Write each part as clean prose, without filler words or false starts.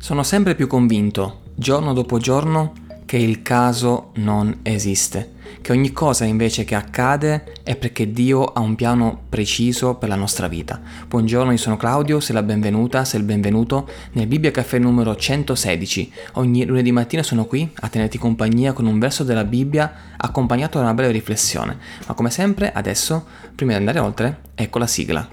Sono sempre più convinto, giorno dopo giorno, che il caso non esiste, che ogni cosa invece che accade è perché Dio ha un piano preciso per la nostra vita. Buongiorno, io sono Claudio, sei la benvenuta, sei il benvenuto nel Bibbia Caffè numero 116. Ogni lunedì mattina sono qui a tenerti compagnia con un verso della Bibbia accompagnato da una breve riflessione. Ma come sempre, adesso, prima di andare oltre, ecco la sigla.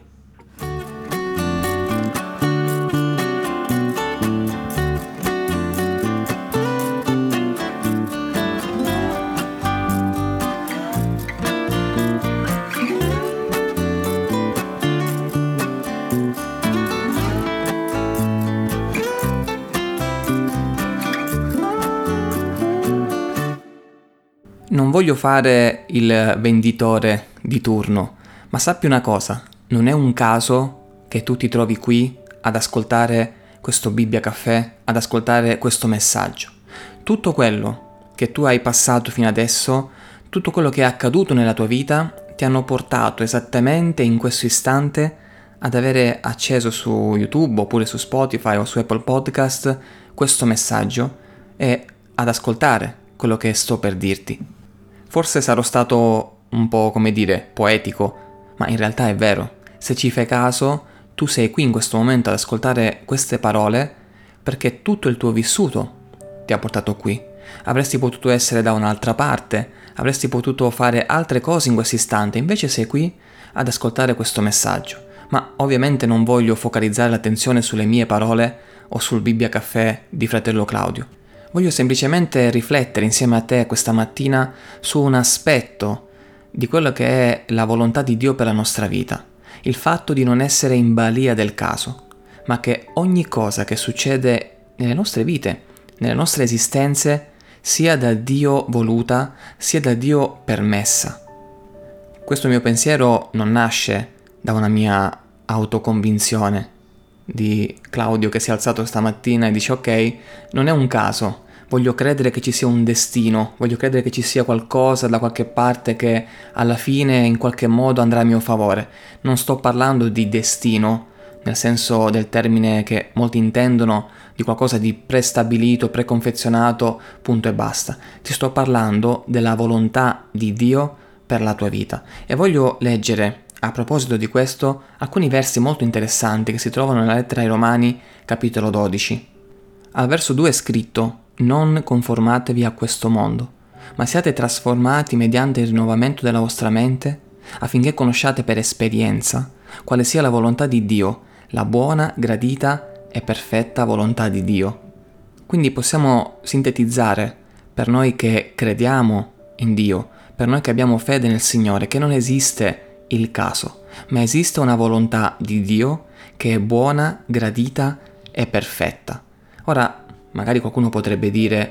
Non voglio fare il venditore di turno, ma sappi una cosa, non è un caso che tu ti trovi qui ad ascoltare questo Bibbia Caffè, ad ascoltare questo messaggio. Tutto quello che tu hai passato fino adesso, tutto quello che è accaduto nella tua vita, ti hanno portato esattamente in questo istante ad avere acceso su YouTube oppure su Spotify o su Apple Podcast questo messaggio e ad ascoltare quello che sto per dirti. Forse sarò stato un po', poetico, ma in realtà è vero. Se ci fai caso, tu sei qui in questo momento ad ascoltare queste parole perché tutto il tuo vissuto ti ha portato qui. Avresti potuto essere da un'altra parte, avresti potuto fare altre cose in questo istante, invece sei qui ad ascoltare questo messaggio. Ma ovviamente non voglio focalizzare l'attenzione sulle mie parole o sul Bibbia Caffè di fratello Claudio. Voglio semplicemente riflettere insieme a te questa mattina su un aspetto di quello che è la volontà di Dio per la nostra vita. Il fatto di non essere in balia del caso, ma che ogni cosa che succede nelle nostre vite, nelle nostre esistenze, sia da Dio voluta, sia da Dio permessa. Questo mio pensiero non nasce da una mia autoconvinzione di Claudio che si è alzato stamattina e dice ok, non è un caso, voglio credere che ci sia un destino, voglio credere che ci sia qualcosa da qualche parte che alla fine in qualche modo andrà a mio favore. Non sto parlando di destino, nel senso del termine che molti intendono, di qualcosa di prestabilito, preconfezionato, punto e basta. Ti sto parlando della volontà di Dio per la tua vita e voglio leggere a proposito di questo, alcuni versi molto interessanti che si trovano nella lettera ai Romani, capitolo 12. Al verso 2 è scritto: «Non conformatevi a questo mondo, ma siate trasformati mediante il rinnovamento della vostra mente, affinché conosciate per esperienza quale sia la volontà di Dio, la buona, gradita e perfetta volontà di Dio». Quindi possiamo sintetizzare, per noi che crediamo in Dio, per noi che abbiamo fede nel Signore, che non esiste il caso, ma esiste una volontà di Dio che è buona, gradita e perfetta. Ora, magari qualcuno potrebbe dire,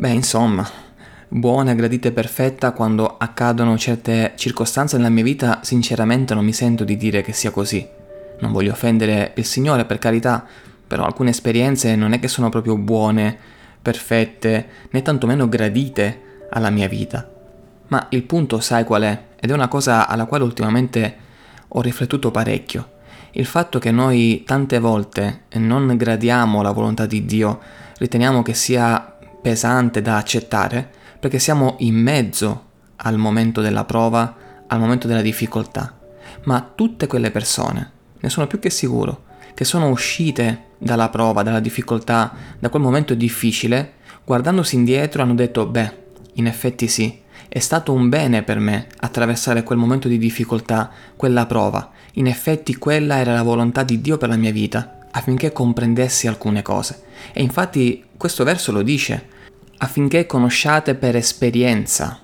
buona, gradita e perfetta quando accadono certe circostanze nella mia vita, sinceramente non mi sento di dire che sia così. Non voglio offendere il Signore, per carità, però alcune esperienze non è che sono proprio buone, perfette, né tantomeno gradite alla mia vita. Ma il punto sai qual è? Ed è una cosa alla quale ultimamente ho riflettuto parecchio. Il fatto che noi tante volte non gradiamo la volontà di Dio, riteniamo che sia pesante da accettare, perché siamo in mezzo al momento della prova, al momento della difficoltà. Ma tutte quelle persone, ne sono più che sicuro, che sono uscite dalla prova, dalla difficoltà, da quel momento difficile, guardandosi indietro hanno detto, in effetti sì, è stato un bene per me attraversare quel momento di difficoltà, quella prova. In effetti quella era la volontà di Dio per la mia vita, affinché comprendessi alcune cose. E infatti questo verso lo dice, affinché conosciate per esperienza,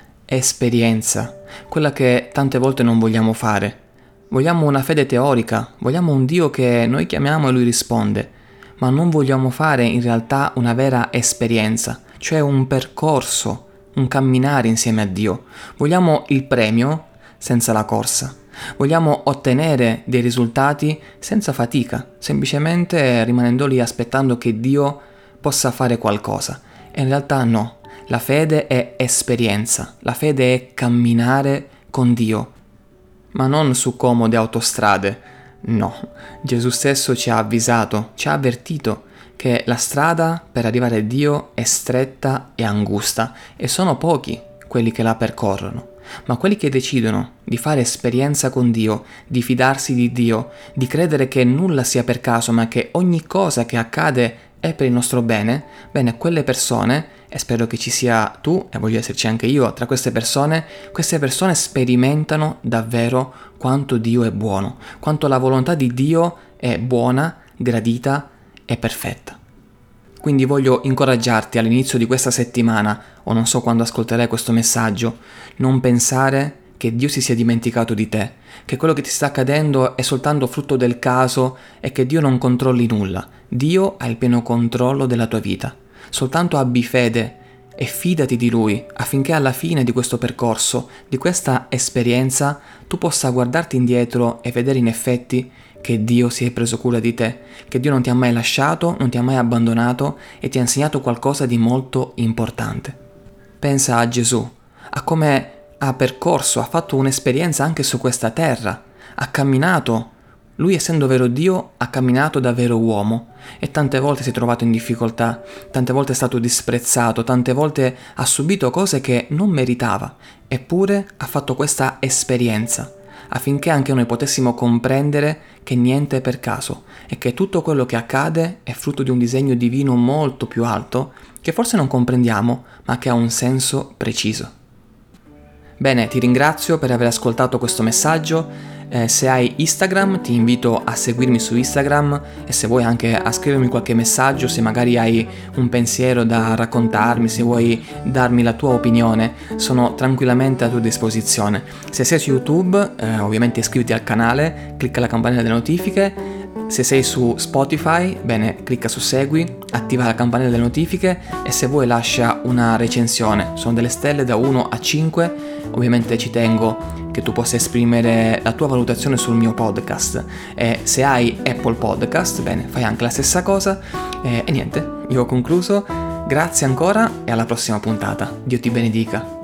quella che tante volte non vogliamo fare. Vogliamo una fede teorica, vogliamo un Dio che noi chiamiamo e Lui risponde, ma non vogliamo fare in realtà una vera esperienza, cioè un percorso, un camminare insieme a Dio. Vogliamo il premio senza la corsa. Vogliamo ottenere dei risultati senza fatica, semplicemente rimanendo lì aspettando che Dio possa fare qualcosa. E in realtà no, la fede è esperienza, la fede è camminare con Dio, ma non su comode autostrade. No, Gesù stesso ci ha avvisato, ci ha avvertito che la strada per arrivare a Dio è stretta e angusta e sono pochi quelli che la percorrono. Ma quelli che decidono di fare esperienza con Dio, di fidarsi di Dio, di credere che nulla sia per caso, ma che ogni cosa che accade è per il nostro bene, bene, quelle persone, e spero che ci sia tu e voglio esserci anche io tra queste persone sperimentano davvero quanto Dio è buono, quanto la volontà di Dio è buona, gradita e perfetta. Quindi voglio incoraggiarti all'inizio di questa settimana, o non so quando ascolterai questo messaggio, non pensare che Dio si sia dimenticato di te, che quello che ti sta accadendo è soltanto frutto del caso e che Dio non controlli nulla. Dio ha il pieno controllo della tua vita. Soltanto abbi fede e fidati di Lui affinché alla fine di questo percorso, di questa esperienza, tu possa guardarti indietro e vedere in effetti che Dio si è preso cura di te, che Dio non ti ha mai lasciato, non ti ha mai abbandonato e ti ha insegnato qualcosa di molto importante. Pensa a Gesù, a come ha percorso, ha fatto un'esperienza anche su questa terra, ha camminato. Lui, essendo vero Dio, ha camminato da vero uomo e tante volte si è trovato in difficoltà, tante volte è stato disprezzato, tante volte ha subito cose che non meritava, eppure ha fatto questa esperienza affinché anche noi potessimo comprendere che niente è per caso e che tutto quello che accade è frutto di un disegno divino molto più alto che forse non comprendiamo, ma che ha un senso preciso. Bene, ti ringrazio per aver ascoltato questo messaggio. Se hai Instagram ti invito a seguirmi su Instagram e se vuoi anche a scrivermi qualche messaggio, se magari hai un pensiero da raccontarmi, se vuoi darmi la tua opinione, sono tranquillamente a tua disposizione. Se sei su YouTube, ovviamente iscriviti al canale, clicca la campanella delle notifiche. Se sei su Spotify, bene, clicca su segui, attiva la campanella delle notifiche e se vuoi lascia una recensione. Sono delle stelle da 1 a 5, ovviamente ci tengo che tu possa esprimere la tua valutazione sul mio podcast. E se hai Apple Podcast, bene, fai anche la stessa cosa. E niente, io ho concluso. Grazie ancora e alla prossima puntata. Dio ti benedica.